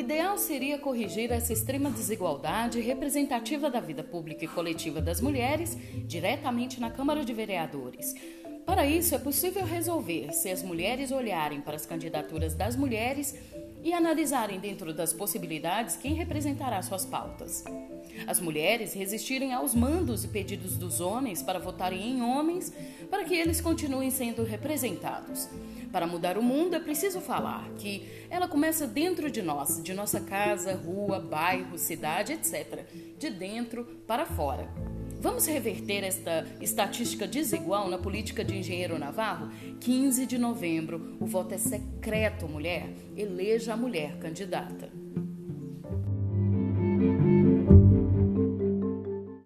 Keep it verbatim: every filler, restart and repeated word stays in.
ideal seria corrigir essa extrema desigualdade representativa da vida pública e coletiva das mulheres diretamente na Câmara de Vereadores. Para isso, é possível resolver se as mulheres olharem para as candidaturas das mulheres e analisarem dentro das possibilidades quem representará suas pautas. As mulheres resistirem aos mandos e pedidos dos homens para votarem em homens para que eles continuem sendo representados. Para mudar o mundo é preciso falar que ela começa dentro de nós, de nossa casa, rua, bairro, cidade, etcétera, de dentro para fora. Vamos reverter esta estatística desigual na política de Engenheiro Navarro? quinze de novembro, o voto é secreto, mulher. Eleja a mulher candidata.